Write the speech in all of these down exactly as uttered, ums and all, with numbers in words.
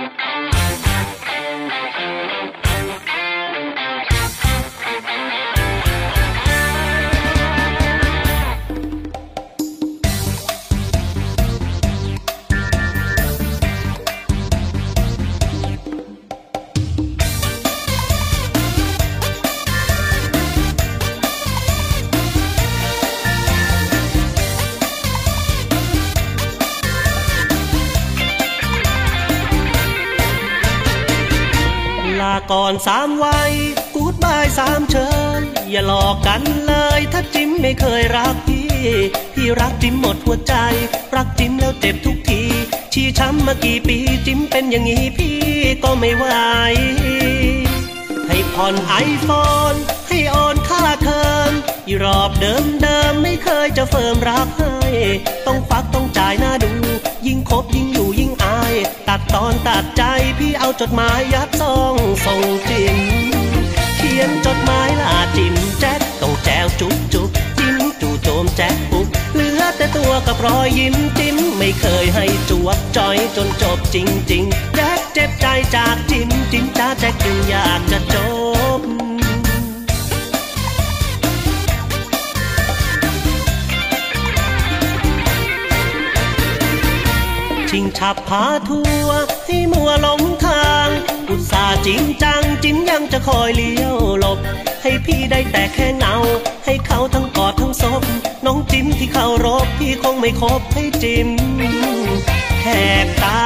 ก่อนสามวัยกูดบายสามเชิญอย่าหลอกกันเลยถ้าจิ้มไม่เคยรักพี่พี่รักจิ้มหมดหัวใจรักจิ้มแล้วเจ็บทุกทีชี้ช้ำมากี่ปีจิ้มเป็นอย่างนี้พี่ก็ไม่ไหวให้ผ่อนไอโฟนให้โอนค่าเทอมอีรอบเดิมเดิมไม่เคยจะเฟิร์มรักให้ต้องควักต้องจ่ายหน้าดูยิ่งคบยิ่งอยู่ยิ่งอายตัดตอนตัดใจพี่เอาจดหมายยัดซองส่งจิ้มเขียนจดหมายลาจิ้มแจ๊กต้องแจวจุ๊บจุ๊บจิ้มจู่โจมแจ๊กปุ๊บเหลือแต่ตัวกับรอยยิ้มจิ้มไม่เคยให้จวบจอยจนจบจริงๆแจ๊กเจ็บใจจากจิ้มจิ้มจ้าแจ๊กจึงอยากจะจบชิงฉับพาทัวให้มัวหลงทางอุตส่าห์จริงจังจิ้มยังจะคอยเลี้ยวหลบให้พี่ได้แต่แค่เงาให้เขาทั้งกอดทั้งศพน้องจิ้มที่เขารบพี่คงไม่คบให้จิ้มแหกตา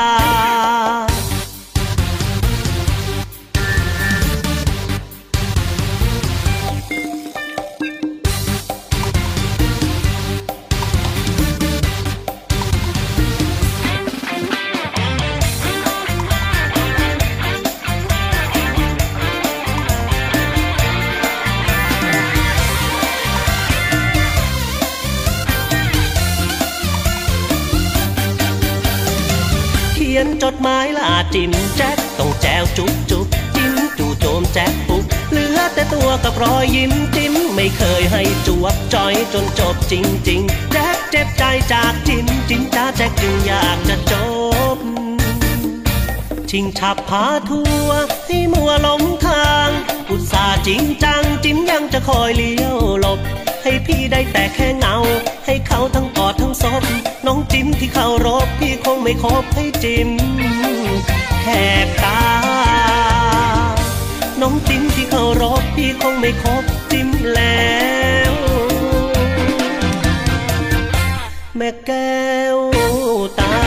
จดหมายลาจิ้มแจ๊กต้องแจวจุ๊บจุ๊บจิ้มจู่โจมแจ๊กปุ๊บเหลือแต่ตัวกับรอยยิ้มจิ้มไม่เคยให้จวบจอยจนจบจริงๆแจ๊กเจ็บใจจากจิ้มจิ้มจ้าแจ๊กจึงอยากจะจบชิงฉับพาทัวให้มัวหลงทางอุตส่าห์จริงจังจิ้มยังจะคอยเลี้ยวหลบให้พี่ได้แต่แค่เงาให้เขาทั้งกอดทั้งศพน้องจิ้มที่เขารบพี่คงไม่คบให้จิ้มแหกตาน้องจิ้มที่เขารบพี่คงไม่คบจิ้มแล้วแม่แก้วตา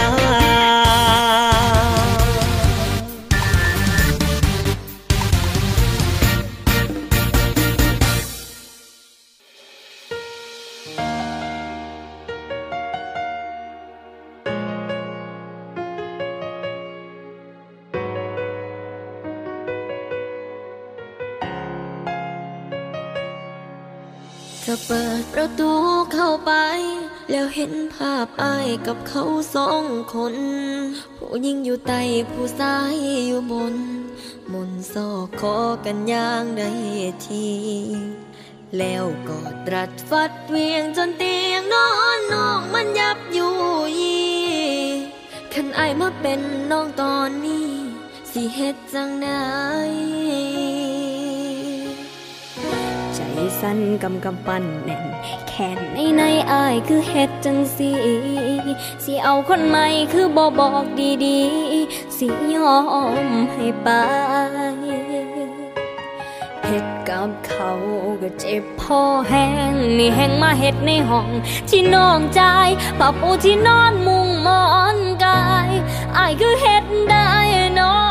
จะเปิดประตูเข้าไปแล้วเห็นภาพอ้ายกับเขาสองคนผู้หญิงอยู่ใต้ผู้ชายอยู่บนมนต์ซอกคอกันอย่างได้ทีแล้วก็ตรัสฟัดเวียงจนเตียงนอนน้องมันยับอยู่ยีคันอ้ายมาเป็นน้องตอนนี้สิเฮ็ดจังได๋ใจสั่นกำกำปั้นแน่นแขนในในอายคือเฮ็ดจังสิสิเอาคนใหม่คือบ่บอกดีๆสิยอมให้ไปเฮ็ดกับเขาก็เจ็บพอแห้งนี่แห้งมาเฮ็ดในห้องที่น้องใจผ้าปูที่นอนมุงหมอนกายอายคือเฮ็ดได้น้อง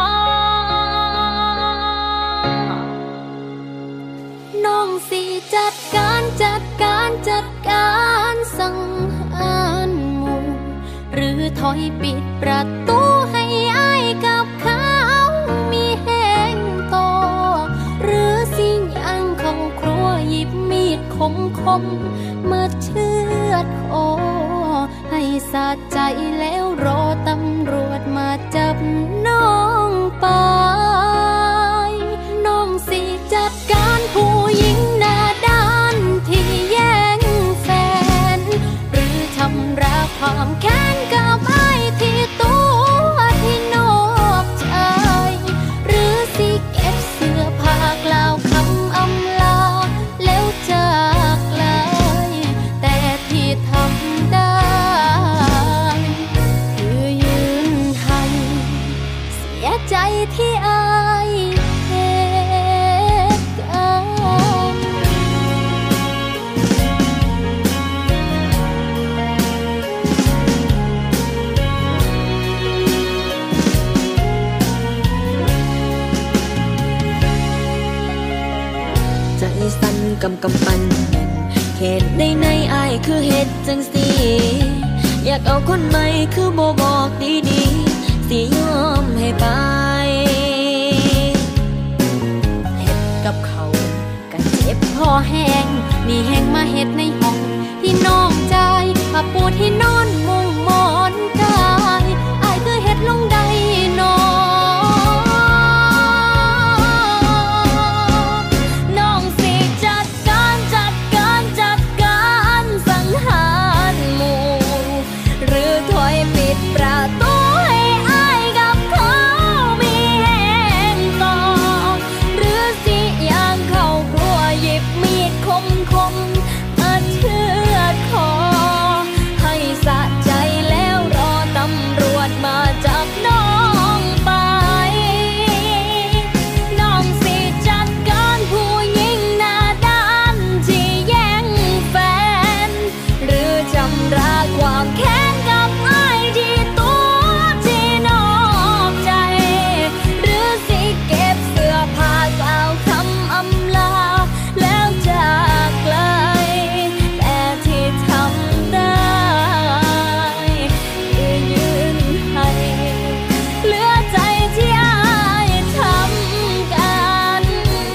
น้องสิจัดการจัดการจัดการสังหารหมู่หรือถอยปิดประตูให้อ้ายกับเขามีแห้งต่อหรือสิยังเข้าครัวหยิบมีดคมคมมาเชือดคอให้สะใจแล้วรอตำรวจมาจับน้องไปน้องสิจัดการผู้หญิงหน้าด้านที่แย่งแฟนหรือทำร้ายความแค้นกับอ้ายที่ตัวที่นอกที่อายเฮ็ดกันใจสั่นกำกำปั่นเฮ็ดได้ในอายคือเฮ็ดจังสิอยากเอาคนใหม่คือบ่บอกดีๆสิยอมให้ไปเฮ็ดกับเขาก็เจ็บพอแห้งมีแห้งมาเฮ็ดในห้องที่น้องใจผ้าปูที่นอนมุงหมอนกายอายคือเฮ็ดลงได้น้อน้องสิจัดการจัดการจัดการสังหารหมู่หรือถอยปิดประตูให้อายกับเขามีแห้งต่อหรือสิย่างเข้าครัวหยิบมีดคมคมมาเชือดคอให้สะใจแล้วรอตำรวจมาจับน้องไปน้องสิจัดการผู้หญิงหน้าด้านที่แย่งแฟนหรือชำระความแค้นกับอ้ายที่ตัวที่นอกใจหรือสิเก็บเสื้อผ้ากล่าวคำอำลาแล้วจากไกลแต่ที่ทำได้คือยืนให้เหลือใจที่อ้ายทำกัน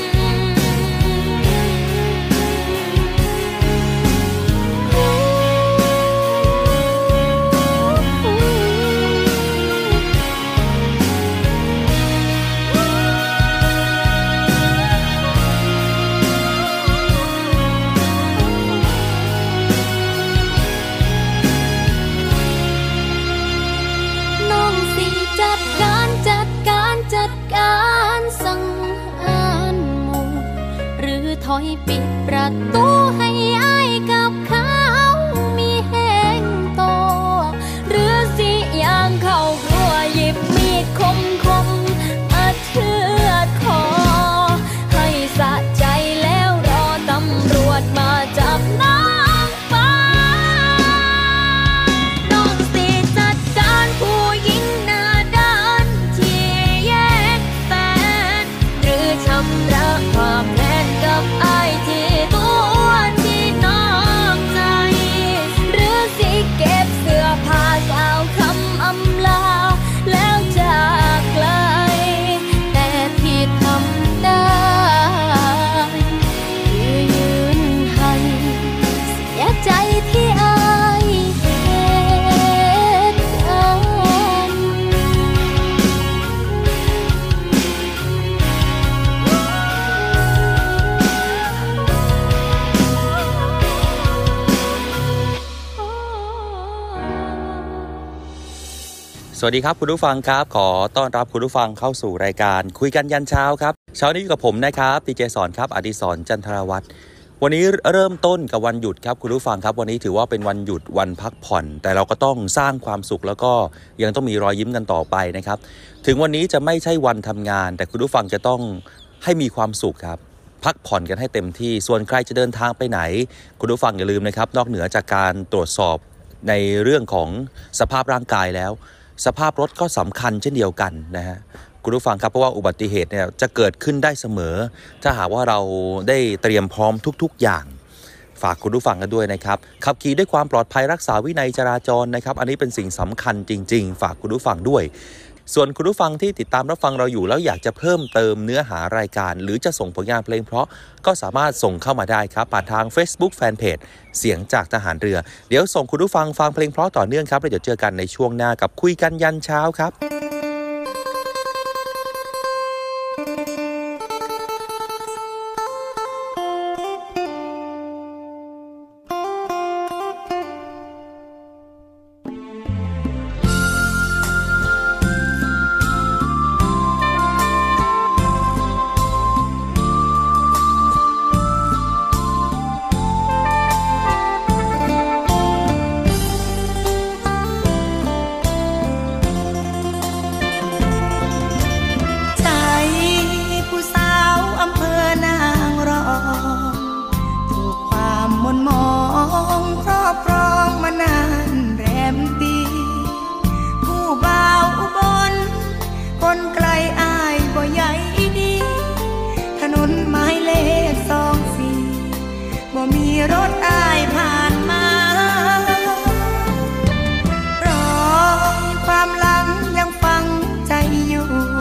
น้องสิจัดการจัดการจัดการสังหารหมู่หรือถอยปิดประตูให้อ้ายกับเขามีแห้งต่อหรือสิย่างเข้าครัวหยิบมีดคมคมมาเชือดคอให้สะใจแล้วรอตำรวจมาจับน้องไปน้องสิจัดการผู้หญิงหน้าด้านที่แยกแฟนหรือชำระความแค้นกับอ้ายที่ตัวที่นอกใจหรือสิเก็บเสื้อผ้ากล่าวคำอำลาแล้วจากไกลแต่ที่ทำได้คือยืนให้เสียใจที่อายเฮ็ดกันสวัสดีครับคุณผู้ฟังครับขอต้อนรับคุณผู้ฟังเข้าสู่รายการคุยกันยันเช้าครับเช้านี้อยู่กับผมนะครับดีเจสอนครับอดิศรจันทรวัฒน์วันนี้เริ่มต้นกับวันหยุดครับคุณผู้ฟังครับวันนี้ถือว่าเป็นวันหยุดวันพักผ่อนแต่เราก็ต้องสร้างความสุขแล้วก็ยังต้องมีรอยยิ้มกันต่อไปนะครับถึงวันนี้จะไม่ใช่วันทำงานแต่คุณผู้ฟังจะต้องให้มีความสุขครับพักผ่อนกันให้เต็มที่ส่วนใครจะเดินทางไปไหนคุณผู้ฟังอย่าลืมนะครับนอกเหนือจากการตรวจสอบในเรื่องของสภาพร่างกายแล้วสภาพรถก็สำคัญเช่นเดียวกันนะฮะคุณผู้ฟังครับเพราะว่าอุบัติเหตุเนี่ยจะเกิดขึ้นได้เสมอถ้าหากว่าเราได้เตรียมพร้อมทุกๆอย่างฝากคุณผู้ฟังกันด้วยนะครับขับขี่ด้วยความปลอดภัยรักษาวินัยจราจรนะครับอันนี้เป็นสิ่งสำคัญจริงๆฝากคุณผู้ฟังด้วยส่วนคุณผู้ฟังที่ติดตามรับฟังเราอยู่แล้วอยากจะเพิ่มเติมเนื้อหารายการหรือจะส่งผลงานเพลงเพราะก็สามารถส่งเข้ามาได้ครับผ่านทาง Facebook Fanpage เสียงจากทหารเรือเดี๋ยวส่งคุณผู้ฟังฟังเพลงเพราะต่อเนื่องครับแล้วเดี๋ยวเจอกันในช่วงหน้ากับคุยกันยันเช้าครับ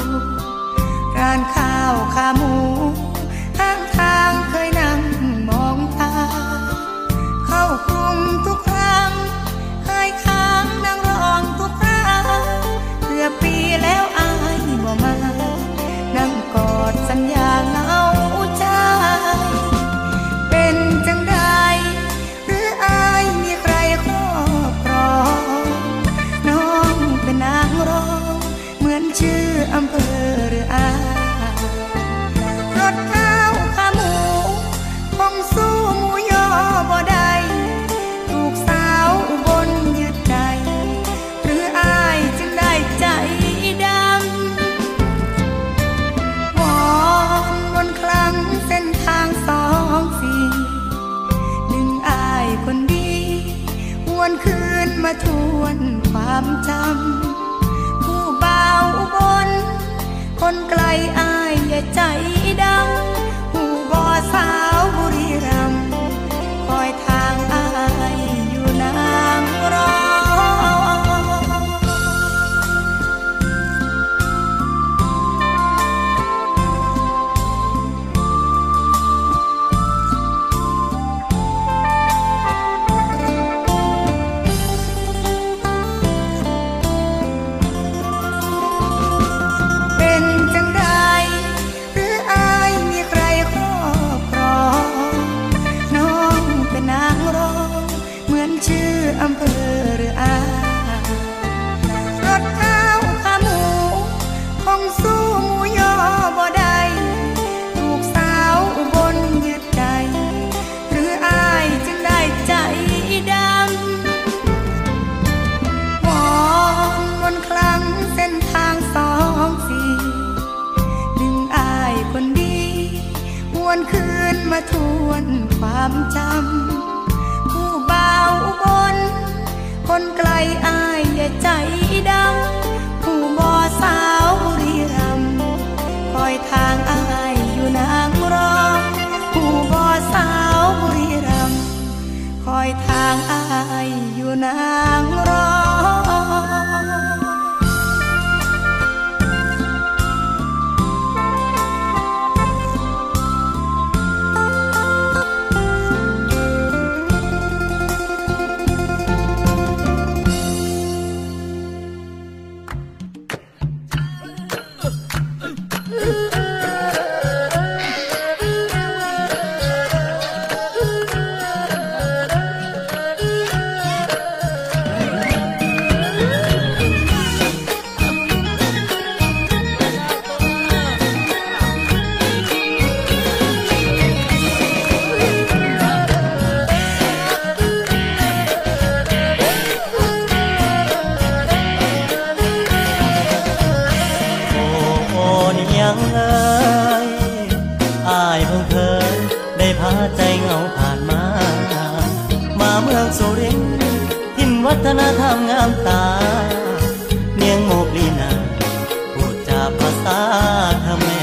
ร้านข้าวขาหมูข้างทางเคยนั่งมองตาเข้ากรุงทุกครั้งเคยค้างนั่งร้องทุกครั้งเกือบปีแล้วอายบ่มานั่งกอดสัญญาเหงาใจเป็นจังใดหรืออายมีใครครอบครองน้องเป็นนางร้องเหมือนชื่ออำเภอหรืออารถข้าวขาหมูคงสู้หมูยอบ่ได้ถูกสาวอุบลยึดใจหรืออายจึงได้ใจดำวอนวนครั้งเส้นทางสองสี่ดึงอายคนดีหวนคืนมาทวนความจำผู้บ่าวอุบลคนไกลอายอย่าใจดำผู้บ่สาวบุรีรัมย์คอยทางอายอยู่นางรองเป็นจังใดหรืออายมีใครครอบครองน้องเป็นนางร้องเหมือนชื่ออำเภอหรืออารถข้าวขาหมูคงสู้หมูยอบ่ได้ถูกสาวอุบลยึดใจหรืออายจึงได้ใจดำวอนวนครั้งเส้นทางสองสี่ดึงอายคนดีหวนคืนมาทวนความจำผู้บ่าวอุบลคนไกลอายอย่าใจดำผู้บ่สาวบุรีรัมย์คอยทางอายอยู่นางรองผู้บ่สาวบุรีรัมย์คอยทางอายอยู่นางรองวัฒนธรรมงามตาเนียงโมกลีนาพูดจาภาษาเขม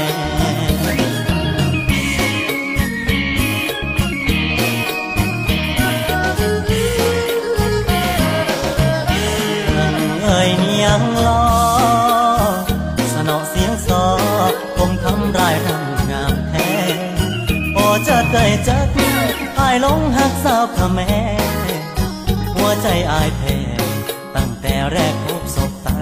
รเอ่ยเนียงล้อสนอเสียงซอคมคำรายรำงามแท้โอ้จัดไก่จัดอายลงหักสาวเขมรหัวใจอายแพ้ตั้งแต่แรกพบศบตา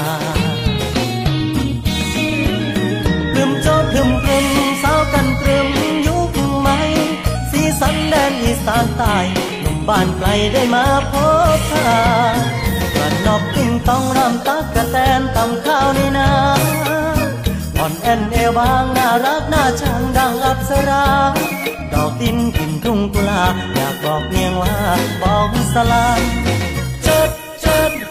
พรึมโจดพรึมพรึมสาวกันตรึมยุคใหม่สีสันแดนอีสานใต้หนุ่มบ้านไกลได้มาพบเธอกระนอบตึงต้องรำตักกะแตนตำข้าวในนาอ่อนแอนเอวบางน่ารักน่าชังดังอัปสราดอกดินกินทุ่งกุลาอยากบอกเนียงว่าบอกสลายเจิดเจิด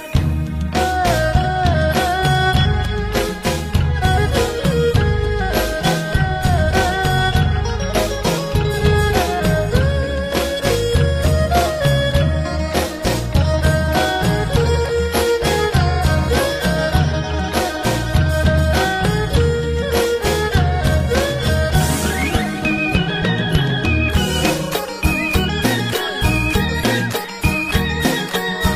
เ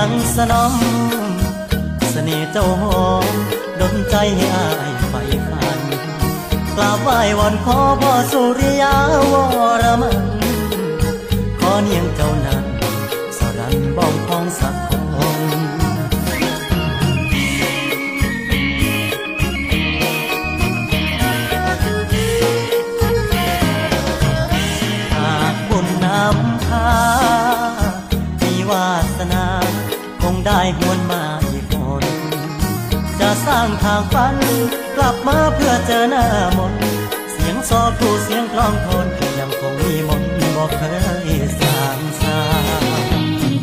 งสนมเสน่ห์เจ้าหอมดลใจให้อายใฝ่ฝันกราบไหว้วอนขอพ่อสุริยาวรมันขอเนียงเจ้านั้นสรันบ้องของสักคนหากบุญนำพามีวาสนาคงได้หวนมาอีกคนจะสร้างทางฝันกลับมาเพื่อเจอหน้ามนเสียงซอผู้เสียงกลองโทนยังคงมีมนบอกเคยสร้างสร้าง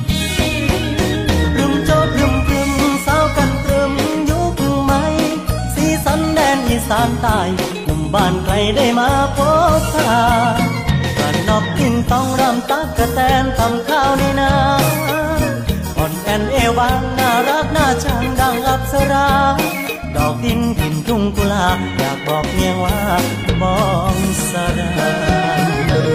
รึมโจดรึมพรึมสาวกันตรึมยุคใหม่สีสันแดนอีสานใต้หนุ่มบ้านไกลได้มาพบทางกันนอกกินต้องรำตักกะแตนทำข้าวในนาอ่อนแอนเอวังน่ารักน่าชังดังอัปสราดอกดินถิ่นทุ่งกุลาอยากบอกเมียว่าบ้องสราน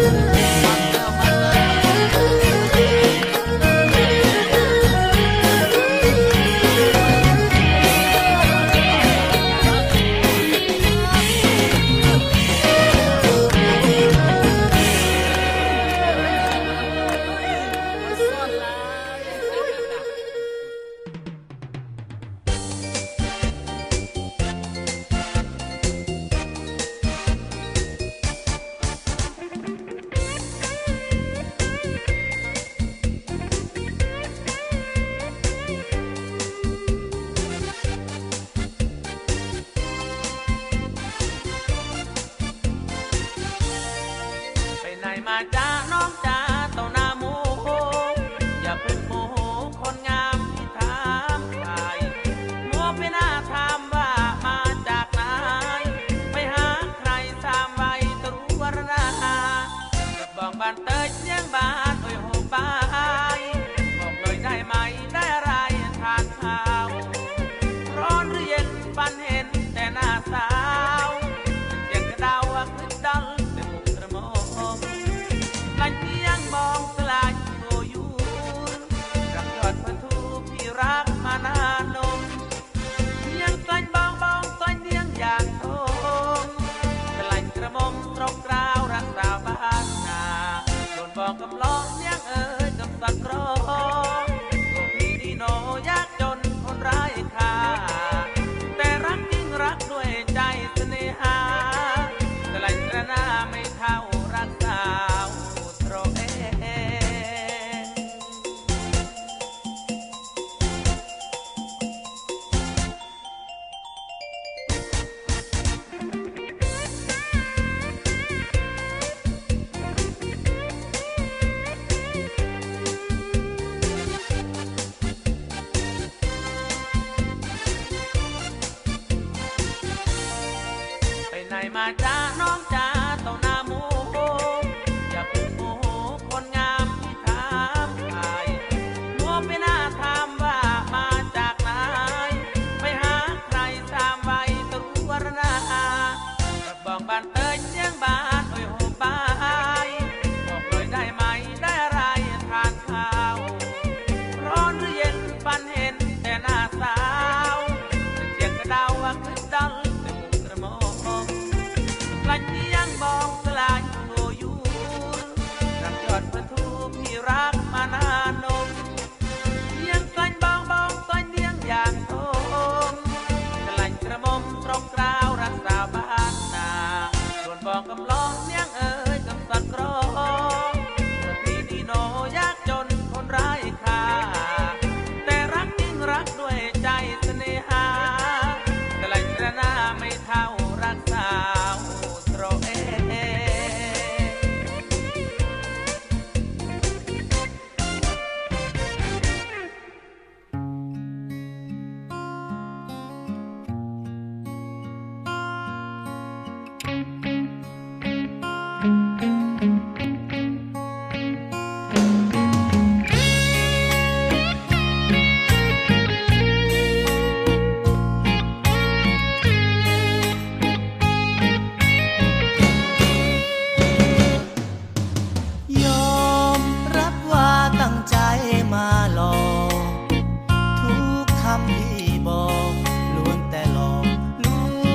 มาจ้าน้องจ้าเต้าหน้าหมูอย่าเพิ่งโมโหคนงามที่ถามไทยมัวไปหน้าถามว่ามาจากไหนไปหาใครตามไว้ตรู้วรณากับบอกบ้านเตยเชียงบ้านโอ้ยโหบายบอกเลยได้ไหมได้อะไรทานข้าวร้อนหรือเย็นปันเห็นแต่หน้าสาวเสียงกระดาวขึ้นดังลันยัง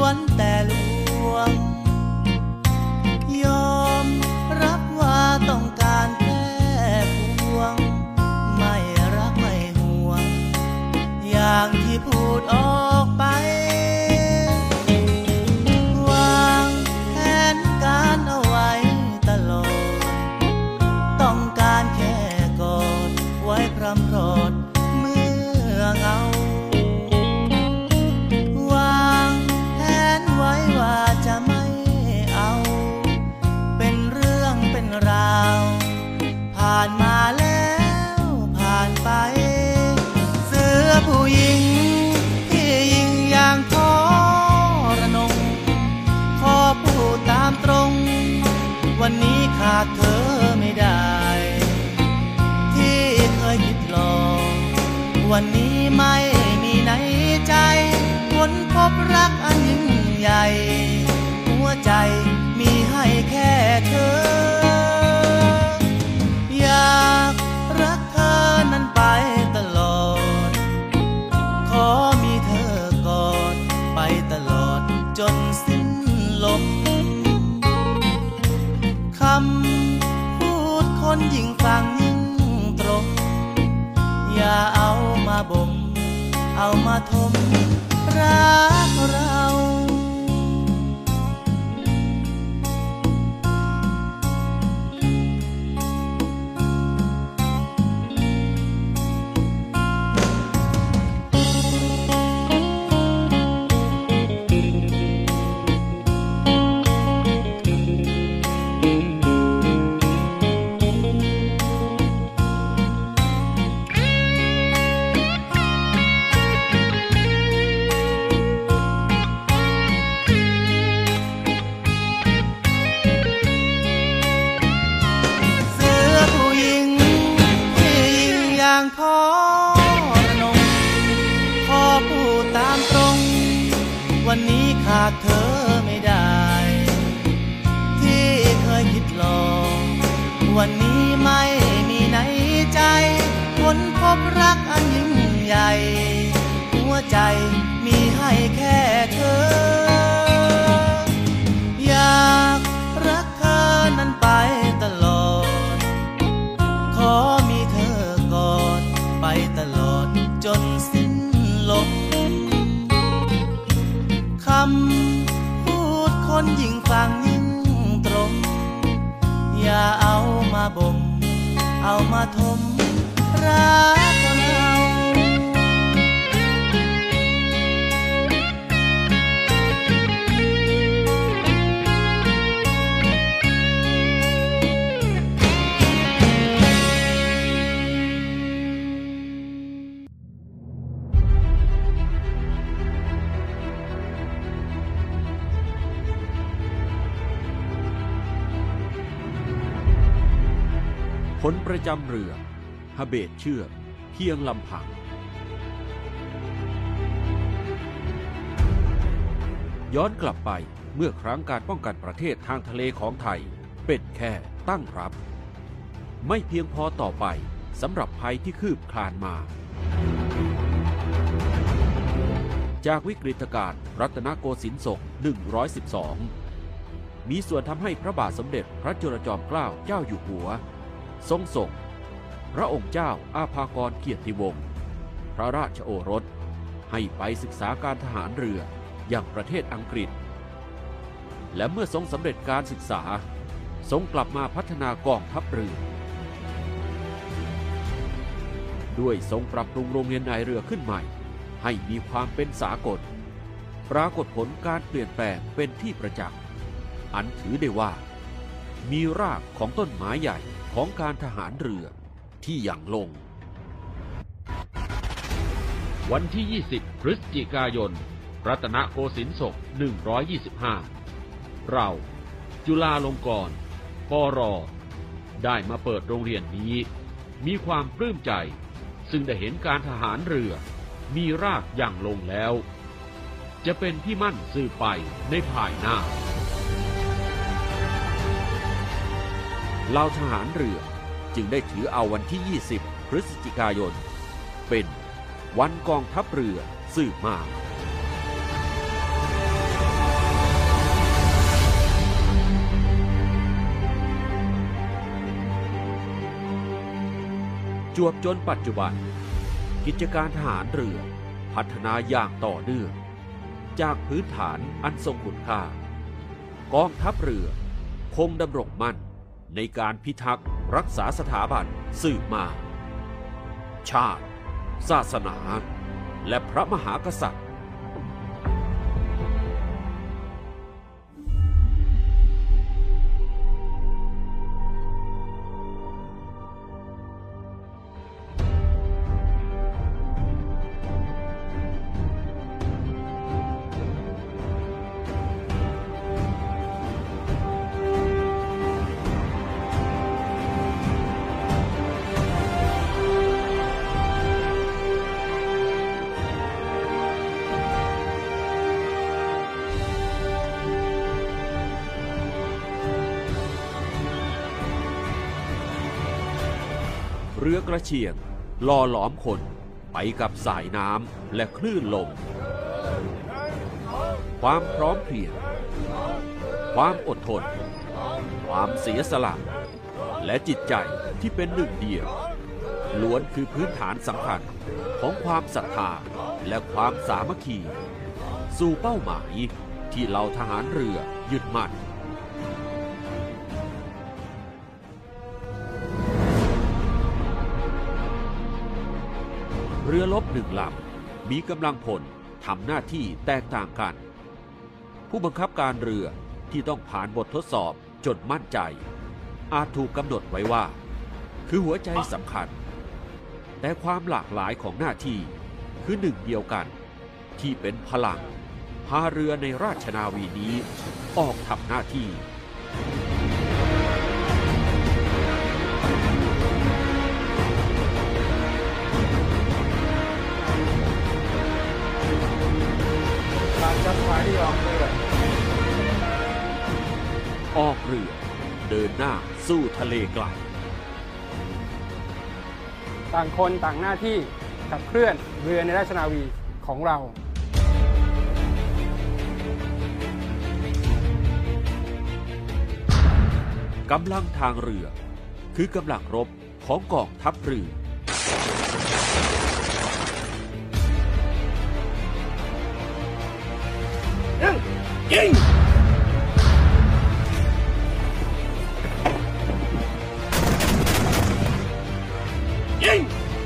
วนแต่ลวงยอมรับว่าต้องการแค่พวงไม่รักไม่ห่วงอย่างที่พูดออกไปวางแผนการเอาไว้ตลอดต้องการแค่กอดไว้พรำรอดเมื่อเหงาวางแผนไว้ว่าจะไม่เอาเป็นเรื่องเป็นราวผ่านมาแล้วผ่านไปเสือผู้หญิงที่ยิงอย่างทรนงขอพูดตามตรงวันนี้ขาดเธอไม่ได้ที่เคยคิดลองวันนี้ไม่มีในใจค้นพบรักอันยิ่งใหญ่หัวใจมีให้แค่เธออยากรักเธอนั้นไปตลอดขอมีเธอกอดไปตลอดจนสิ้นลมคำพูดคนยิ่งฟังยิ่งตรงอย่าเอามาบ่มเอามาทมรักเราวันนี้ขาดเธอไม่ได้ที่เคยคิดลองวันนี้ไม่มีในใจค้นพบรักอันยิ่งใหญ่หัวใจมีให้แค่เธออยากรักเธอนั้นไปตลอดขอมีเธอกอดไปตลอดจนสิ้นลมคำพูดคนยิ่งฟังยิ่งตรงอย่าเอามาบ่มเอามาทมรักเราผลประจำเรือฮะเบตเชือกเพียงลำพังย้อนกลับไปเมื่อครั้งการป้องกันประเทศทางทะเลของไทยเป็นแค่ตั้งรับไม่เพียงพอต่อไปสำหรับภัยที่คืบคลานมาจากวิกฤตการณ์รัตนโกสินทร์ศกหนึ่งร้อยสิบสองมีส่วนทำให้พระบาทสมเด็จพระจุลจอมเกล้าเจ้าอยู่หัวทรงส่งพระองค์เจ้าอาภากรเกียรติวงศ์พระราชโอรสให้ไปศึกษาการทหารเรืออย่างประเทศอังกฤษและเมื่อทรงสำเร็จการศึกษาทรงกลับมาพัฒนากองทัพเรือด้วยทรงปรับปรุงโรงเรียนนายเรือขึ้นใหม่ให้มีความเป็นสากลปรากฏผลการเปลี่ยนแปลงเป็นที่ประจักษ์อันถือได้ว่ามีรากของต้นไม้ใหญ่ของการทหารเรือที่ยังลงวันที่ ยี่สิบ พฤศจิกายน รัตนโกสินทร์ศก หนึ่งร้อยยี่สิบห้า เราจุฬาลงกรณ์ปร.ได้มาเปิดโรงเรียนนี้มีความปลื้มใจซึ่งได้เห็นการทหารเรือมีรากอย่างลงแล้วจะเป็นที่มั่นสืบไปในภายหน้าเหล่าทหารเรือจึงได้ถือเอาวันที่ ยี่สิบ พฤศจิกายนเป็นวันกองทัพเรือสืบมาจวบจนปัจจุบันกิจการทหารเรือพัฒนาอย่างต่อเนื่องจากพื้นฐานอันทรงคุณค่ากองทัพเรือคงดำรงมั่นในการพิทักษ์รักษาสถาบันสืบมาชาติศาสนาและพระมหากษัตริย์เรือกระเชียงหล่อหลอมคนไปกับสายน้ำและคลื่นลมความพร้อมเพรียงความอดทนความเสียสละและจิตใจที่เป็นหนึ่งเดียวล้วนคือพื้นฐานสำคัญของความศรัทธาและความสามัคคีสู่เป้าหมายที่เหล่าทหารเรือยึดมั่นเรือรบหนึ่งลำมีกำลังพลทำหน้าที่แตกต่างกันผู้บังคับการเรือที่ต้องผ่านบททดสอบจนมั่นใจอาจถูกกำหนดไว้ว่าคือหัวใจสำคัญแต่ความหลากหลายของหน้าที่คือหนึ่งเดียวกันที่เป็นพลังพาเรือในราชนาวีนี้ออกทำหน้าที่ออกเรือเดินหน้าสู้ทะเลไกลต่างคนต่างหน้าที่ขับเคลื่อนเรือในราชนาวีของเรากำลังทางเรือคือกำลังรบของกองทัพเรือยิงยิง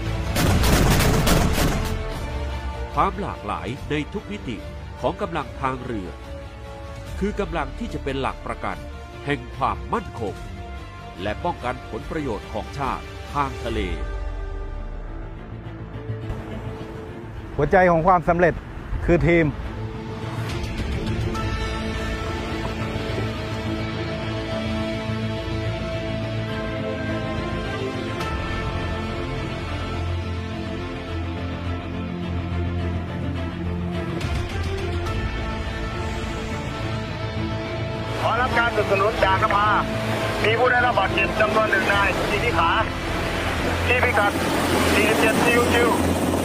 ความหลากหลายในทุกมิติของกำลังทางเรือคือกำลังที่จะเป็นหลักประกันแห่งความมั่นคงและป้องกันผลประโยชน์ของชาติทางทะเลหัวใจของความสำเร็จคือทีมขอรับการสนับสนุนจากนภามีผู้ได้รับบาดเจ็บจำนวนหนึ่งนายที่ที่ขาที่พิกัดสี่สิบเจ็ดซิวซิว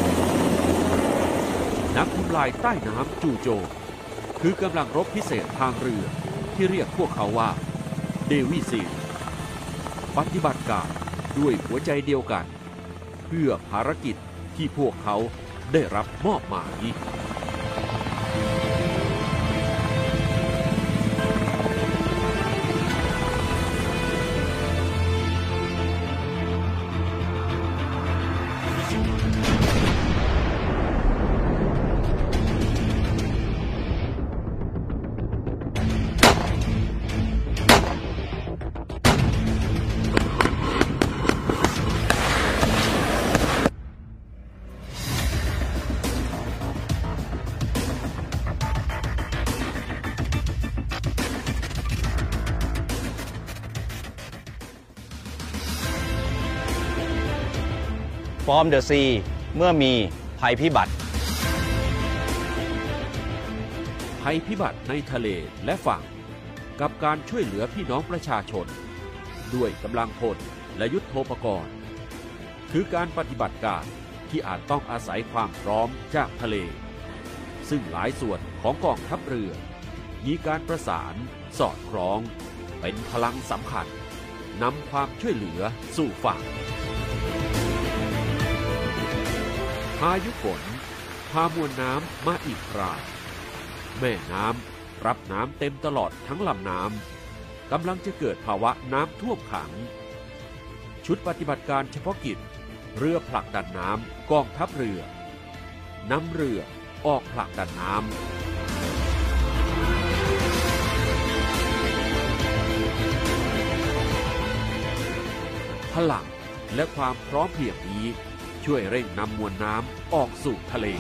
นักทำลายใต้น้ำจู่โจมคือกำลังรบพิเศษทางเรือที่เรียกพวกเขาว่าเดวิซีลปฏิบัติการด้วยหัวใจเดียวกันเพื่อภารกิจที่พวกเขาได้รับมอบหมายฟอร์มเดอะซีเมื่อมีภัยพิบัติภัยพิบัติในทะเลและฝั่งกับการช่วยเหลือพี่น้องประชาชนด้วยกำลังพลและยุทโธปกรณ์คือการปฏิบัติการที่อาจต้องอาศัยความพร้อมจากทะเลซึ่งหลายส่วนของกองทัพเรือมีการประสานสอดคล้องเป็นพลังสำคัญนำความช่วยเหลือสู่ฝั่งายุฝนพามวลน้ำมาอีกคราแม่น้ำรับน้ำเต็มตลอดทั้งลำน้ำกำลังจะเกิดภาวะน้ำท่วมขังชุดปฏิบัติการเฉพาะกิจเรือผลักดันน้ำกองทัพเรือนำเรือออกผลักดันน้ำพลังและความพร้อมเพรียงนี้ช่วยเร่งนำมวลน้ำออกสู่ทะเล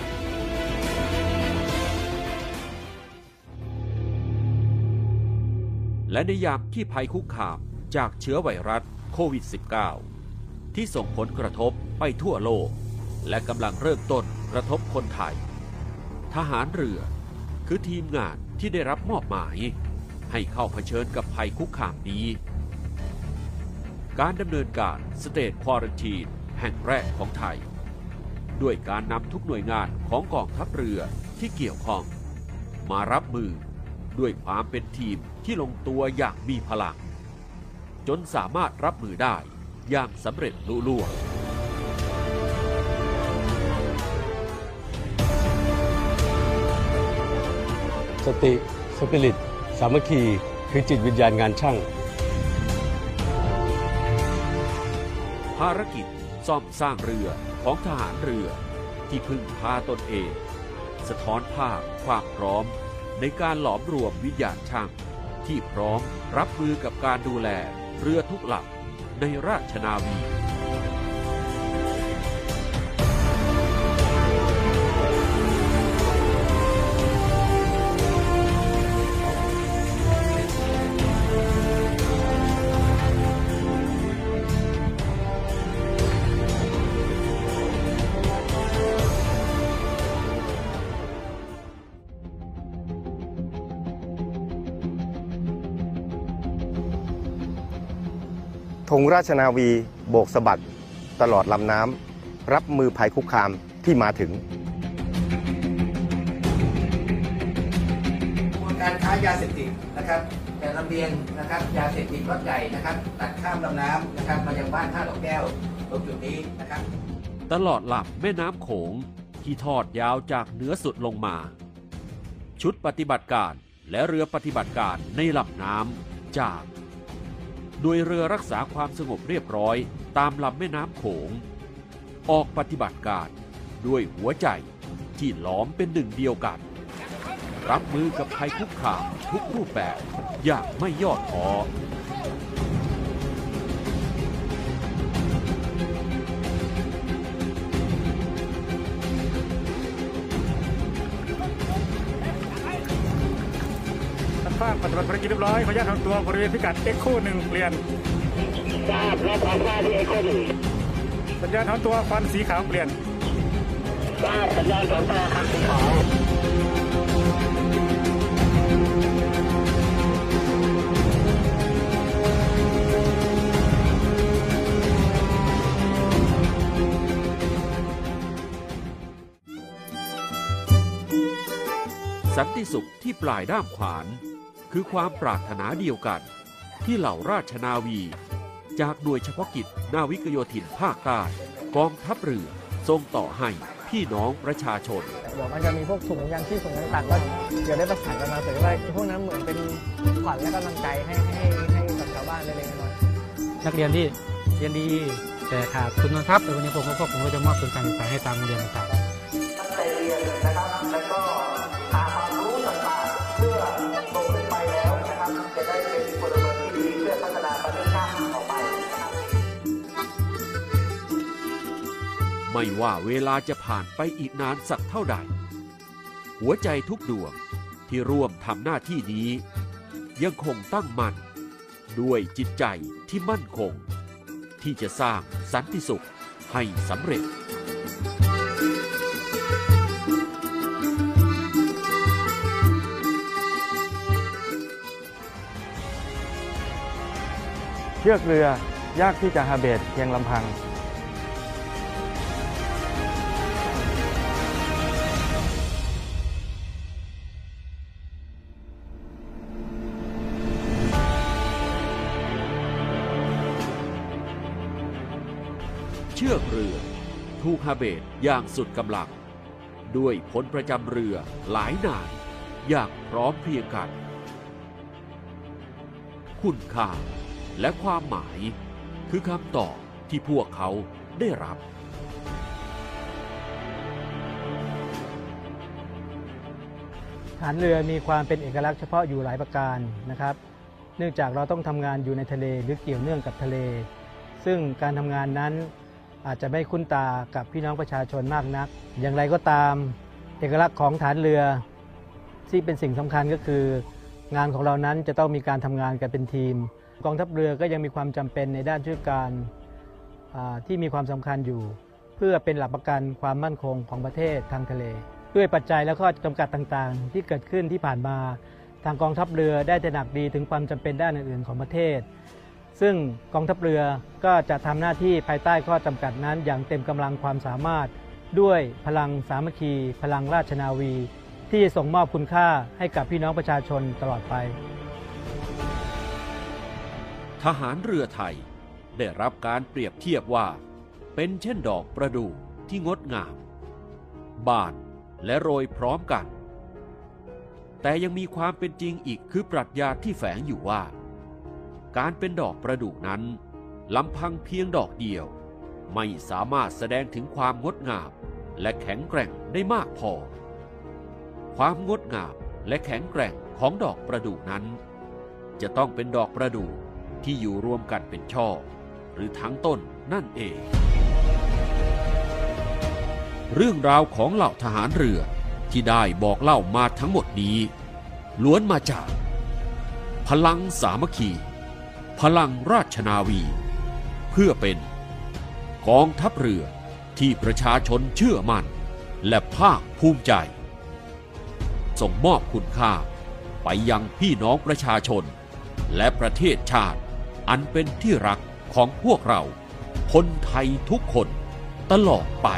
และในยามที่ภัยคุกคามจากเชื้อไวรัสโควิด สิบเก้า ที่ส่งผลกระทบไปทั่วโลกและกำลังเริ่มต้นกระทบคนไทยทหารเรือคือทีมงานที่ได้รับมอบหมายให้เข้าเผชิญกับภัยคุกคามนี้การดำเนินการสเตทควอรันทีนแห่งแรกของไทยด้วยการนำทุกหน่วยงานของกองทัพเรือที่เกี่ยวข้องมารับมือด้วยความเป็นทีมที่ลงตัวอย่างมีพลังจนสามารถรับมือได้อย่างสำเร็จลุล่วงสติสปิริตสามัคคีคือจิตวิญญาณงานช่างภารกิจซ่อมสร้างเรือของทหารเรือที่พึ่งพาตนเองสะท้อนภาพความพร้อมในการหลอมรวมวิญญาณช่างที่พร้อมรับมือกับการดูแลเรือทุกลำในราชนาวีธงราชนาวีโบกสะบัดตลอดลำน้ำรับมือภัยคุกคามที่มาถึงการค้ายาเสพติดนะครับแต่ลำเลียงนะครับยาเสพติดรถใหญ่นะครับตัดข้ามลำน้ำนะครับมายังบ้านท่าดอกแก้วตรงจุดนี้นะครับตลอดลำแม่น้ำโขงที่ทอดยาวจากเหนือสุดลงมาชุดปฏิบัติการและเรือปฏิบัติการในลำน้ำจากโดยเรือรักษาความสงบเรียบร้อยตามลำแม่น้ำโขงออกปฏิบัติการด้วยหัวใจที่หลอมเป็นหนึ่งเดียวกันรับมือกับภัยคุกคามทุกรูปแบบอย่างไม่ย่อท้อภาคปฏิบัติภารกิจเรียบร้อยขออนุญาตทำตัวบริเวณพิกัดเอ็กโคหนึ่งเปลี่ยนทราบรับความว่าที่เอ็กโคหนึ่งสัญญาณทำตัวฟันสีขาวเปลี่ยนทราบสัญญาณของตัวคันสีขาวสันติสุขที่ปลายด้ามขวานคือความปรารถนาเดียวกันที่เหล่าราชนาวีจากหน่วยเฉพาะกิจนาวิกโยธินภาคใต้กองทัพเรือส่งต่อให้พี่น้องประชาชนเดี๋ยวมันจะมีพวกถุงยางชีพถุงต่างๆก็เดี๋ยวได้ประสานกันมาเสร็จว่าพวกนั้นเหมือนเป็นขวัญและกำลังใจให้ให้ให้กับชาวบ้านเล็กๆน้อยนักเรียนที่เรียนดีแต่ขาดทุนทรัพย์ในวันนี้ผมก็ผมก็จะมอบทุนการศึกษาให้ตามโรงเรียนต่างๆไม่ว่าเวลาจะผ่านไปอีกนานสักเท่าใดหัวใจทุกดวงที่ร่วมทำหน้าที่นี้ยังคงตั้งมั่นด้วยจิตใจที่มั่นคงที่จะสร้างสันติสุขให้สำเร็จเชือกเรือยากที่จะหาเบตเพียงลำพังเชือกเรือถูกฮาเบตอย่างสุดกำลังด้วยพลประจำเรือหลายนายอย่างพร้อมเพรียงกันคุณค่าและความหมายคือคำตอบที่พวกเขาได้รับฐานเรือมีความเป็นเอกลักษณ์เฉพาะอยู่หลายประการนะครับเนื่องจากเราต้องทำงานอยู่ในทะเลหรือเกี่ยวเนื่องกับทะเลซึ่งการทำงานนั้นอาจจะไม่คุ้นตากับพี่น้องประชาชนมากนักอย่างไรก็ตามเอกลักษณ์ของฐานเรือที่เป็นสิ่งสำคัญก็คืองานของเรานั้นจะต้องมีการทำงานกันเป็นทีมกองทัพเรือก็ยังมีความจำเป็นในด้านช่วยการที่มีความสำคัญอยู่เพื่อเป็นหลักประกันความมั่นคงของประเทศทางทะเลด้วยปัจจัยและข้อจำกัดต่างๆที่เกิดขึ้นที่ผ่านมาทางกองทัพเรือได้ตระหนักดีถึงความจำเป็นด้านอื่นๆของประเทศซึ่งกองทัพเรือก็จะทำหน้าที่ภายใต้ข้อจำกัดนั้นอย่างเต็มกำลังความสามารถด้วยพลังสามัคคีพลังราชนาวีที่จะส่งมอบคุณค่าให้กับพี่น้องประชาชนตลอดไปทหารเรือไทยได้รับการเปรียบเทียบว่าเป็นเช่นดอกประดู่ที่งดงามบานและโรยพร้อมกันแต่ยังมีความเป็นจริงอีกคือปรัชญาที่แฝงอยู่ว่าการเป็นดอกประดู่นั้นลำพังเพียงดอกเดียวไม่สามารถแสดงถึงความงดงามและแข็งแกร่งได้มากพอความงดงามและแข็งแกร่งของดอกประดู่นั้นจะต้องเป็นดอกประดู่ที่อยู่รวมกันเป็นช่อหรือทั้งต้นนั่นเองเรื่องราวของเหล่าทหารเรือที่ได้บอกเล่ามาทั้งหมดนี้ล้วนมาจากพลังสามัคคีพลังราชนาวีเพื่อเป็นกองทัพเรือที่ประชาชนเชื่อมั่นและภาคภูมิใจส่งมอบคุณค่าไปยังพี่น้องประชาชนและประเทศชาติอันเป็นที่รักของพวกเราคนไทยทุกคนตลอดไป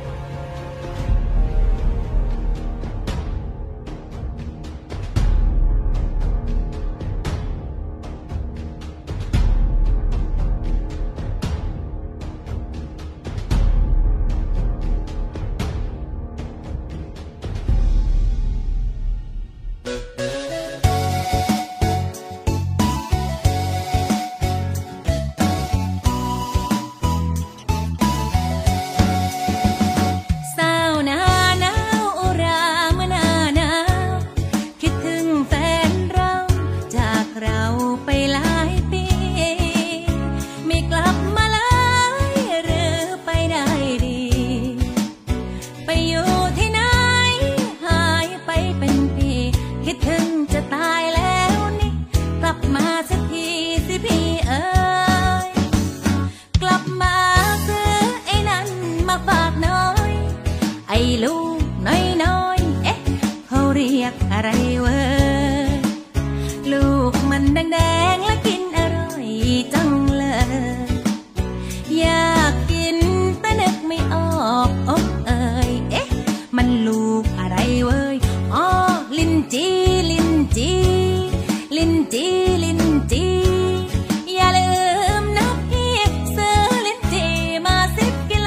อะไรเว้ยลูกมันแดงๆและกินอร่อยจังเลยอยากกินแต่นึกไม่ออกอกเอ่ยเอ๊ะมันลูกอะไรเว้ยอ๋อลิ้นจีลิ้นจีลิ้นจีลิ้นจีอย่าลืมนะพี่ซื้อลิ้นจีมาสิบกิโล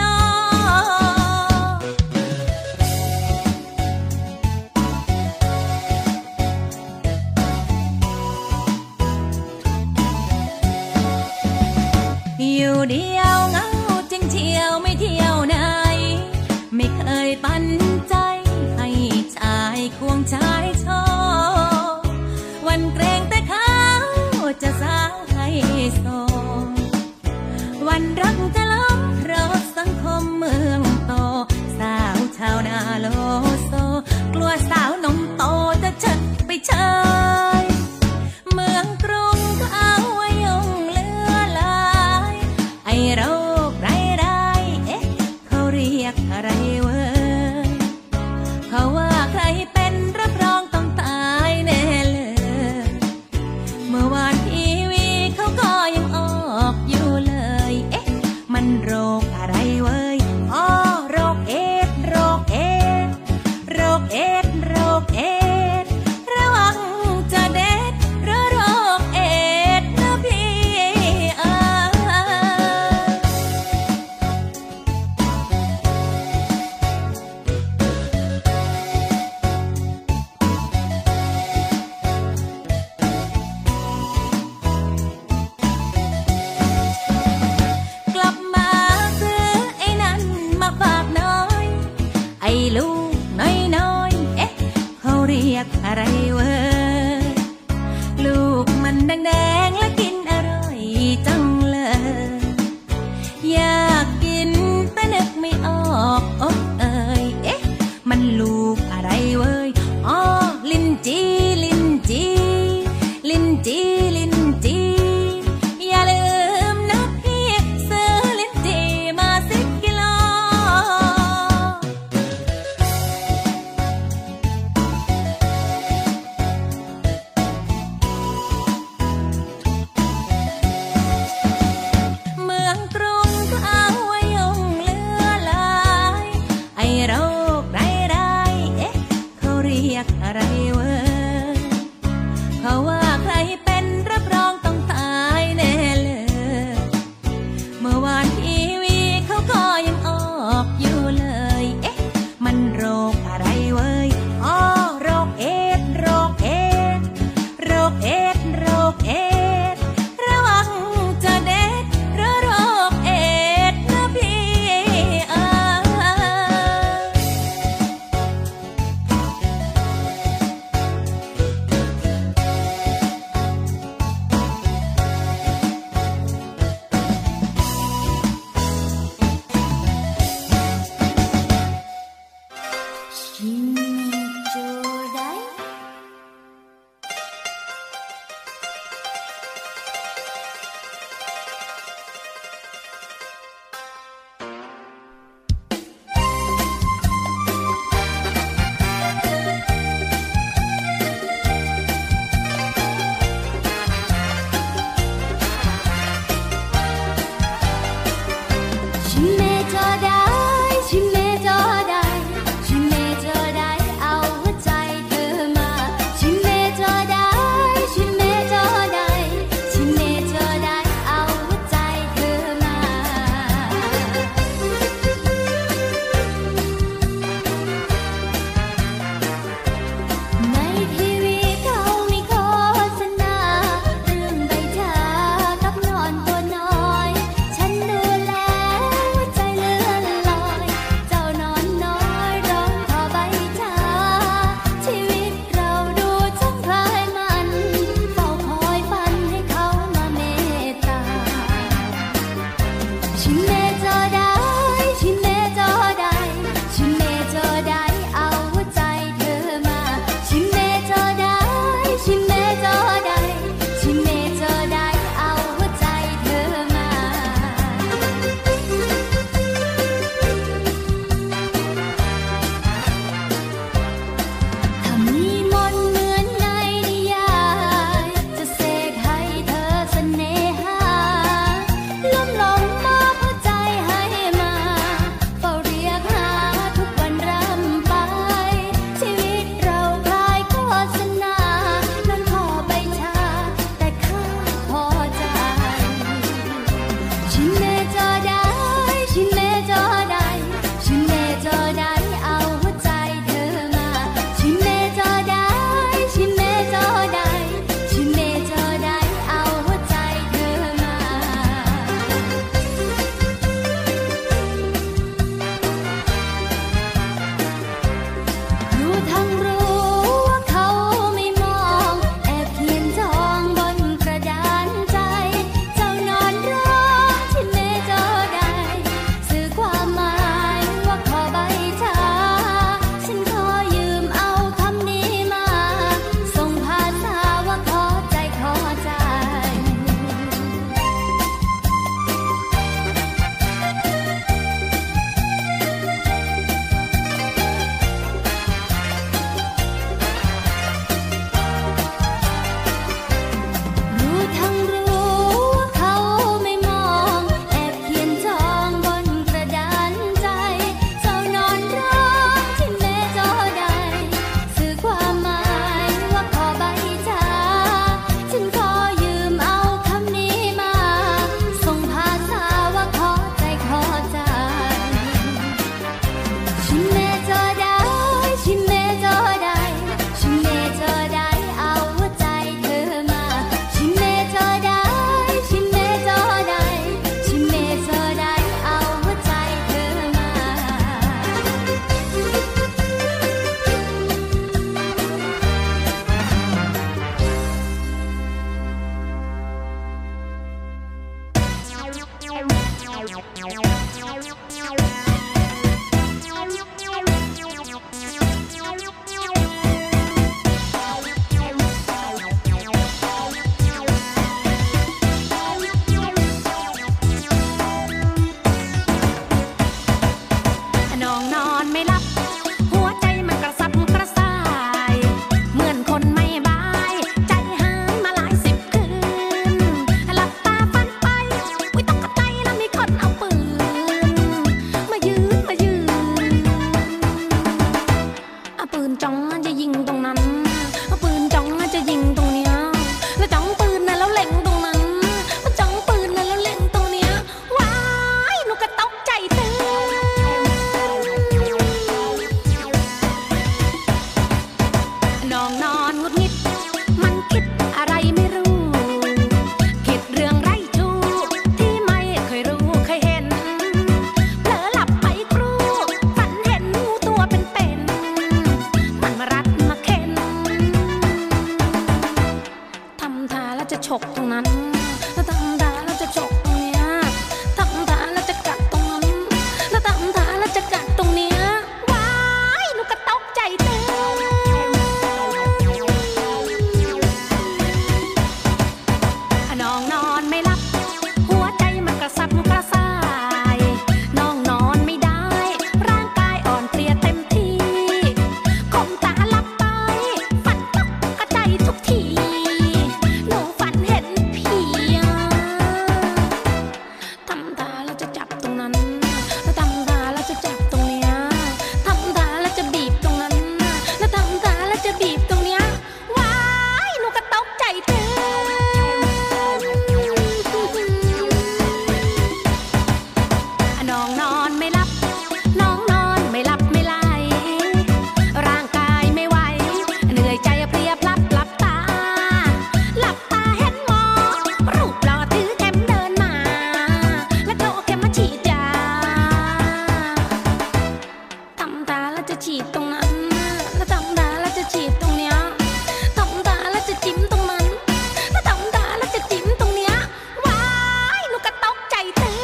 อยู่เดียวเหงาจึงเที่ยวไม่เที่ยวไหนไม่เคยปันใจให้ชายควงชายชอบวันเกรงแต่เขาจะสาวให้โซวันรักจะล้มเพราะสังคมเมืองโตสาวชาวนาโลโซกลัวสาวนมโตจะเชิดไปเชยเมืองกรุงก็เอาไว้ยงเลือลายไอเราจะฉกตรงนั้นแล้วทำตาแล้วจะฉกตรงเนี้ยทำตาแล้วจะกัดตรงนั้นแล้วทำตาแล้วจะกัดตรงเนี้ยว้ายหนูก็ตกใจเต้นน้องนอนไม่หลับหัวใจมันกระสับกระส่ายน้องนอนไม่ได้ร่างกายอ่อนเพลียเต็มที่คมตาหลับไปฝันตกกระใจทุกทีหนูฝันเห็นผีทำตาแล้วจะจับตรงนั้นแล้วทำตาแล้วจะจับตรงเนี้ยทำตาแล้วจะบีบตรงนั้นแล้วทำตาแล้วจะบีบตรงเนี้ยว้ายหนูก็ตกใจเต้นน้องนอนไม่หลับน้องนอนไม่หลับไม่ไหลร่างกายไม่ไหวเหนื่อยใจเพลียพลับหลับตาหลับตาเห็นหมอรูปหล่อถือเข็มเดินมาแล้วเขาเอาเข็มมาฉีดยาทำตาแล้วจะฉีดตรงนั้นแล้วทำตาแล้วจะฉีดตรงเนี้ยทำตาแล้วจะจิ้มตรงนั้นแล้วทำตาแล้วจะจิ้มตรงเนี้ยว้ายหนูก็ตกใจเต้น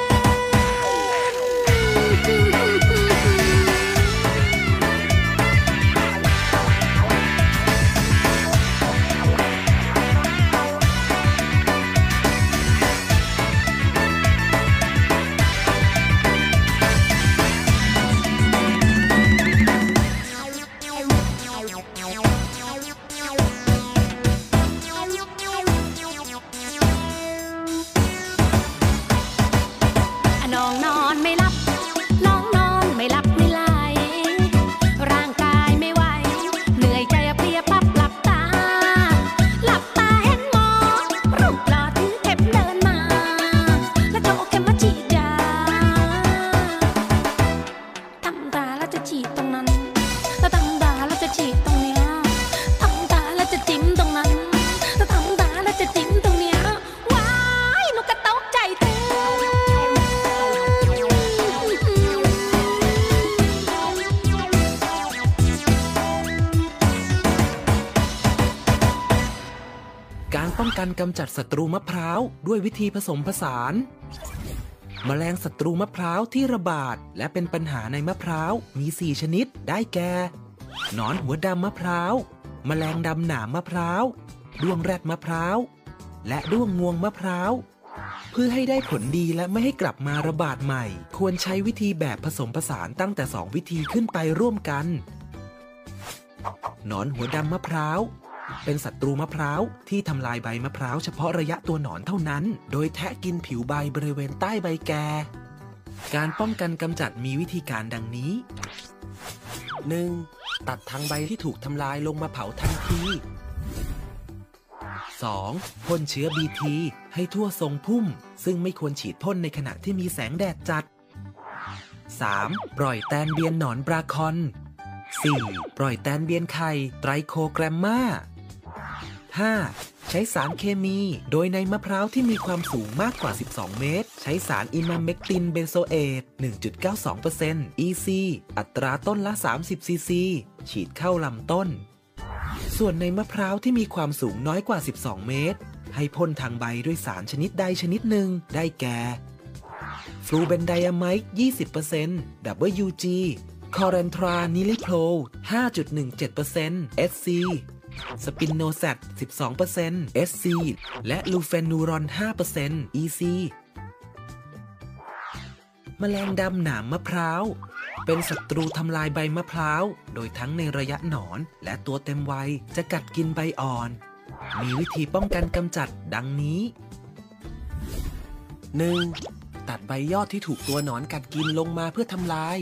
น้องนอนไม่หลับน้องนอนไม่หลับไม่ไหลร่างกายไม่ไหวเหนื่อยใจเพลียพลับหลับตาหลับตาเห็นหมอรูปหล่อถือเข็มเดินมาแล้วเขาเอาเข็มมาฉีดยาทำตาแล้วจะฉีดตรงนั้นแล้วทำตาแล้วจะฉีดตรงเนี้ยทำตาแล้วจะจิ้มตรงนั้นแล้วทำตาแล้วจะจิ้มตรงเนี้ยว้ายหนูก็ตกใจเต้นการป้องกันกำจัดศัตรูมะพร้าวด้วยวิธีผสมผสาน แมลงศัตรูมะพร้าวที่ระบาดและเป็นปัญหาในมะพร้าวมี สี่ ชนิดได้แก่หนอนหัวดำมะพร้าวแมลงดำหนามมะพร้าวด้วงแรดมะพร้าวและด้วงงวงมะพร้าวเพื่อให้ได้ผลดีและไม่ให้กลับมาระบาดใหม่ควรใช้วิธีแบบผสมผสานตั้งแต่สองวิธีขึ้นไปร่วมกันหนอนหัวดำมะพร้าวเป็นศัตรูมะพร้าวที่ทำลายใบมะพร้าวเฉพาะระยะตัวหนอนเท่านั้นโดยแทะกินผิวใบบริเวณใต้ใบแก่การป้องกันกำจัดมีวิธีการดังนี้ หนึ่ง ตัดทางใบที่ถูกทำลายลงมาเผาทันที สอง พ่นเชื้อ บี ที ให้ทั่วทรงพุ่มซึ่งไม่ควรฉีดพ่นในขณะที่มีแสงแดดจัด สาม ปล่อยแตนเบียนหนอนบราคอน สี่ ปล่อยแตนเบียนไข่ไตรโคแกรมมา ห้า ใช้สารเคมีโดยในมะพร้าวที่มีความสูงมากกว่าสิบสองเมตรใช้สารอิมาเมกตินเบนโซเอต หนึ่งจุดเก้าสองเปอร์เซ็นต์ อี ซี อัตราต้นละสามสิบซีซีฉีดเข้าลำต้นส่วนในมะพร้าวที่มีความสูงน้อยกว่าสิบสองเมตรให้พ่นทางใบด้วยสารชนิดใดชนิดหนึ่งได้แก่ฟลูเบนไดอะไมด์ ยี่สิบเปอร์เซ็นต์ ดับเบิลยู จี คอเรนทรานิลิโพล ห้าจุดหนึ่งเจ็ดเปอร์เซ็นต์ เอส ซี สปินโนแซด สิบสองเปอร์เซ็นต์ เอส ซี และลูเฟนูรอน ห้าเปอร์เซ็นต์ อี ซี แมลงดำหนามมะพร้าวเป็นศัตรูทำลายใบมะพร้าวโดยทั้งในระยะหนอนและตัวเต็มวัยจะกัดกินใบอ่อนมีวิธีป้องกันกำจัดดังนี้ หนึ่ง ตัดใบยอดที่ถูกตัวหนอนกัดกินลงมาเพื่อทำลาย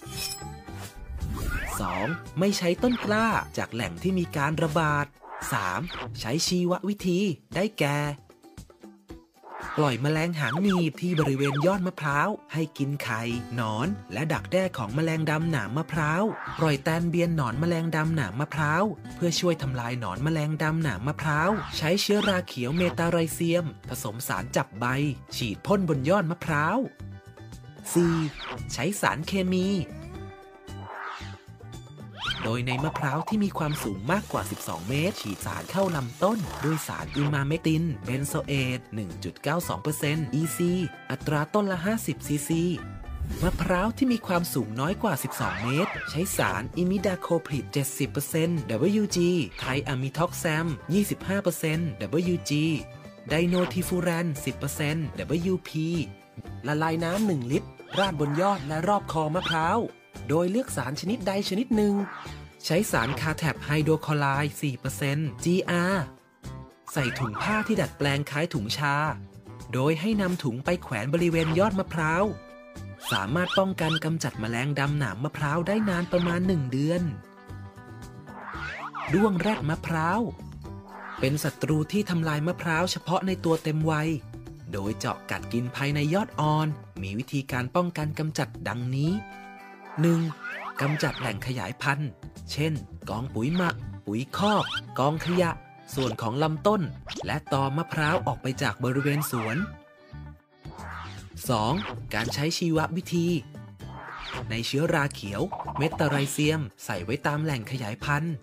สอง ไม่ใช้ต้นกล้าจากแหล่งที่มีการระบาด สาม ใช้ชีววิธีได้แก่ปล่อยแมลงหางหนีบที่บริเวณยอดมะพร้าวให้กินไข่หนอนและดักแด้ของแมลงดำหนามมะพร้าวปล่อยแตนเบียนหนอนแมลงดำหนามมะพร้าวเพื่อช่วยทำลายหนอนแมลงดำหนามมะพร้าวใช้เชื้อราเขียวเมตาไรเซียมผสมสารจับใบฉีดพ่นบนยอดมะพร้าว สี่ ใช้สารเคมีโดยในมะพร้าวที่มีความสูงมากกว่า สิบสอง เมตรฉีดสารเข้าลำต้นด้วยสารอิมาเมกตินเบนโซเอท หนึ่งจุดเก้าสองเปอร์เซ็นต์ อี ซี อัตราต้นละ ห้าสิบ ซีซี มะพร้าวที่มีความสูงน้อยกว่า สิบสอง เมตรใช้สารอิมิดาโคพริด เจ็ดสิบเปอร์เซ็นต์ ดับเบิลยู จี ไทอะมิท็อกแซม ยี่สิบห้าเปอร์เซ็นต์ ดับเบิลยู จี ไดโนทิฟูแรน สิบเปอร์เซ็นต์ ดับเบิลยู พี ละลายน้ำ หนึ่ง ลิตรราดบนยอดและรอบคอมะพร้าวโดยเลือกสารชนิดใดชนิดหนึ่งใช้สารคาแทปไฮโดรคลอไรด์ สี่เปอร์เซ็นต์ จี อาร์ ใส่ถุงผ้าที่ดัดแปลงคล้ายถุงชาโดยให้นำถุงไปแขวนบริเวณยอดมะพร้าวสามารถป้องกันกำจัดแมลงดำหนามมะพร้าวได้นานประมาณหนึ่งเดือนด้วงแรดมะพร้าวเป็นศัตรูที่ทำลายมะพร้าวเฉพาะในตัวเต็มวัยโดยเจาะกัดกินภายในยอดอ่อนมีวิธีการป้องกันกำจัดดังนี้ หนึ่ง. กำจัดแหล่งขยายพันธุ์เช่นกองปุ๋ยหมักปุ๋ยคอกกองขยะส่วนของลำต้นและตอมะพร้าวออกไปจากบริเวณสวน สอง. การใช้ชีววิธีในเชื้อราเขียวเมทาไรเซียมใส่ไว้ตามแหล่งขยายพันธุ์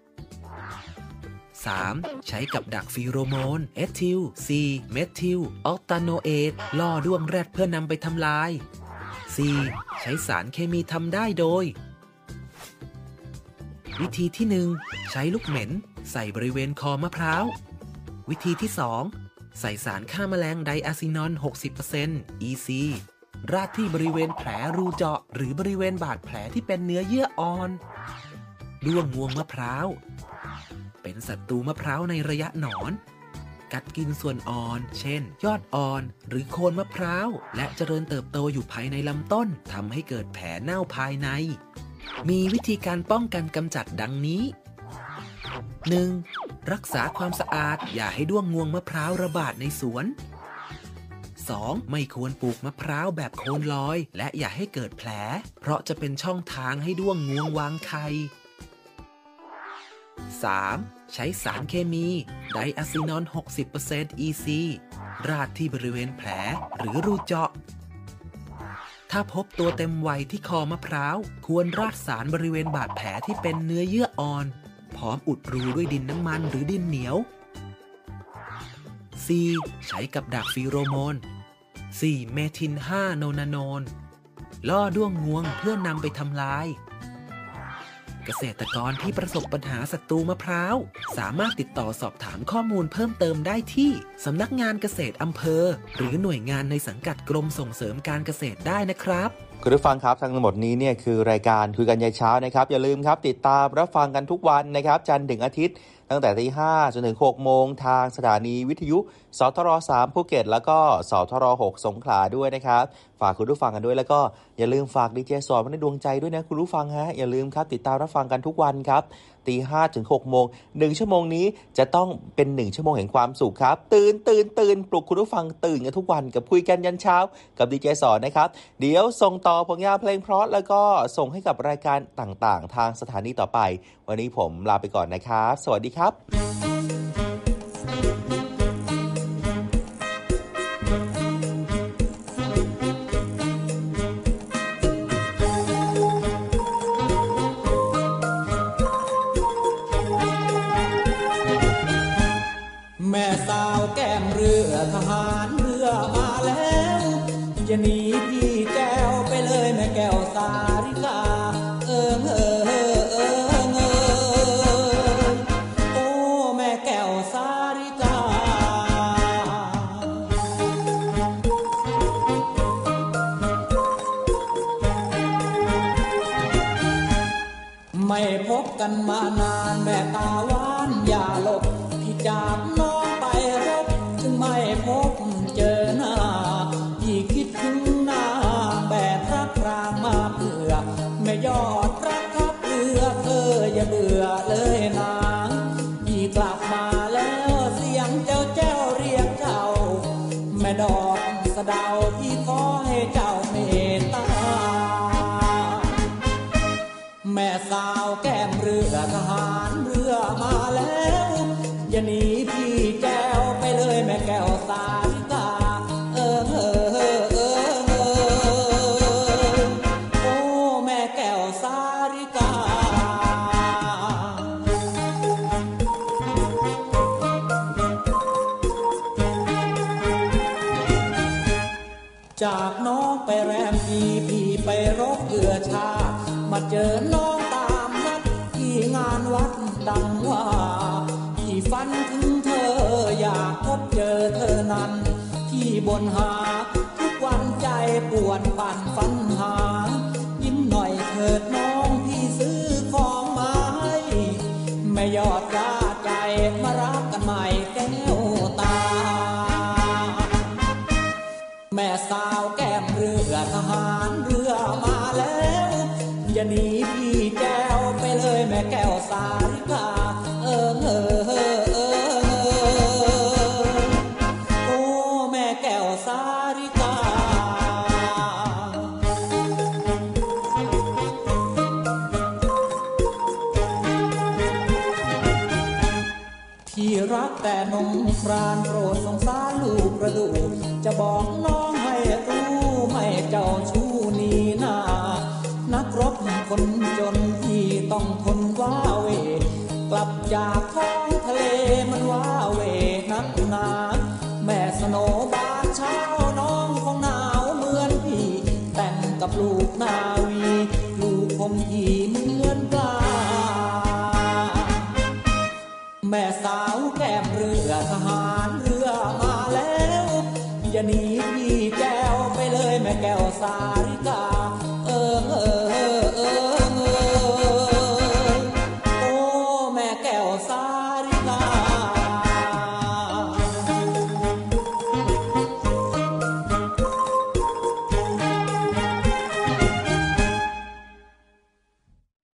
สาม. ใช้กับดักฟีโรโมนเอทิล ซี เมทิล ออกตาโนเอทล่อด้วงแรดเพื่อนำไปทำลาย สี่. ใช้สารเคมีทำได้โดยวิธีที่หนึ่งใช้ลูกเหม็นใส่บริเวณคอมะพร้าววิธีที่สองใส่สารฆ่าแมลงไดอะซินอน หกสิบเปอร์เซ็นต์ อี ซี ราดที่บริเวณแผลรูเจาะหรือบริเวณบาดแผลที่เป็นเนื้อเยื่ออ่อนด้วงงวงมะพร้าวเป็นศัตรูมะพร้าวในระยะหนอนกัดกินส่วนอ่อนเช่นยอดอ่อนหรือโคนมะพร้าวและเจริญเติบโตอยู่ภายในลำต้นทำให้เกิดแผลเน่าภายในมีวิธีการป้องกันกำจัดดังนี้ หนึ่ง. รักษาความสะอาดอย่าให้ด้วงงวงมะพร้าวระบาดในสวน สอง. ไม่ควรปลูกมะพร้าวแบบโคนลอยและอย่าให้เกิดแผลเพราะจะเป็นช่องทางให้ด้วงงวงวางไข่ สาม. ใช้สารเคมีไดอะซินอน หกสิบเปอร์เซ็นต์ อี ซี ราดที่บริเวณแผลหรือรูเจาะถ้าพบตัวเต็มวัยที่คอมะพร้าวควรราดสารบริเวณบาดแผลที่เป็นเนื้อเยื่ออ่อนพร้อมอุดรูด้วยดินน้ำมันหรือดินเหนียว สี่. ใช้กับดักฟีโรโมน สี่. เมทิล ห้า โนนาโนนล่อด้วงงวงเพื่อนำไปทำลายเกษตรกรที่ประสบปัญหาศัตรูมะพร้าวสามารถติดต่อสอบถามข้อมูลเพิ่มเติมได้ที่สำนักงานเกษตรอำเภอหรือหน่วยงานในสังกัดกรมส่งเสริมการเกษตรได้นะครับคุณผู้ฟังครับทั้งหมดนี้เนี่ยคือรายการคุยกันยามเช้านะครับอย่าลืมครับติดตามรับฟังกันทุกวันนะครับจันทร์ถึงอาทิตย์ตั้งแต่ตีห้าจนถึงหกโมงทางสถานีวิทยุสทรสามภูเก็ตแล้วก็สทรหกสงขลาด้วยนะครับฝากคุณผู้ฟังกันด้วยแล้วก็อย่าลืมฝากดีเจสอนไว้ในดวงใจด้วยนะคุณผู้ฟังฮะอย่าลืมครับติดตามรับฟังกันทุกวันครับตีห้าถึงหกโมงหนึ่งชั่วโมงนี้จะต้องเป็นหนึ่งชั่วโมงแห่งความสุขครับตื่นตื่นตื่นปลุกคุณผู้ฟังตื่นกันทุกวันกับคุยกันยันเช้ากับดีเจสอนนะครับเดี๋ยวส่งต่อผลงานเพลงเพราะแล้วก็ส่งให้กับรายการต่างๆทางสถานีต่อไปวันนี้ผมลาไปก่อนนะครับสวัสดีครับแม่สาวแก้มเรือทหารเรือมาแล้วจะหนีพี่แก้วไปเลยแม่แก้วสาริกาเออเออเออเออเออโอ้แม่แก้วสาริกาไม่พบกันมานานแม่ตาหวานอย่าหลบที่จากน้องไปรบจึงไม่พบเจอหน้าพี่คิดถึงหน้าแบบรักรางมาเผื่อไม่ยอดรักทับเรือเธออย่าเบื่อเลยนะพี่กลับมาแล้วเสียงเจ้าแจ้วเรียกเจ้าแม่ดอกสะเดาพี่ขอให้เจ้าเมตตาแม่สาวแก้มเรือทหารเรือมาแล้วอย่าหนีพี่แก้วไปเลยแม่แก้วสาริกาเออเออเออเออเออโอ้แม่แก้วสาริกาจากน้องไปแรมปีพี่ไปรบเกือชาติมาเจอน้องตามนัดที่งานวัดดังว่าพี่ฝันถึงเธออยากพบเจอเธอนั้นที่บนหาทุกวันใจปวดปั่นฝันหายิ้มหน่อยเถิดน้องพี่ซื้อของมาให้แม่ยอดราใจมารักกันใหม่แก้วตาแม่สาวแก้มเรือทหารเรือมาแล้วอย่าหนีพี่แก้วไปเลยแม่แก้วสาริกาเออเออเออเออโอ้แม่แก้วสาริกาที่รักแต่นงครานโปรดสงสารลูกประดูจะบอกน้องให้รู้ไม่เจ้าชู้นี่นานักรบคนจนที่ต้องทนว้าเวกลับจากท้องทะเลมันว้าเวนักหนาแม่สโนบานเช้าน้องคงหนาวเหมือนพี่แต่งกับลูกนาวีลูกคงที่เหมือนปลาแม่สาวแก้มเรือทหารเรือมาแล้วอย่าหนีพี่แก้วไปเลยแม่แก้วสาริกา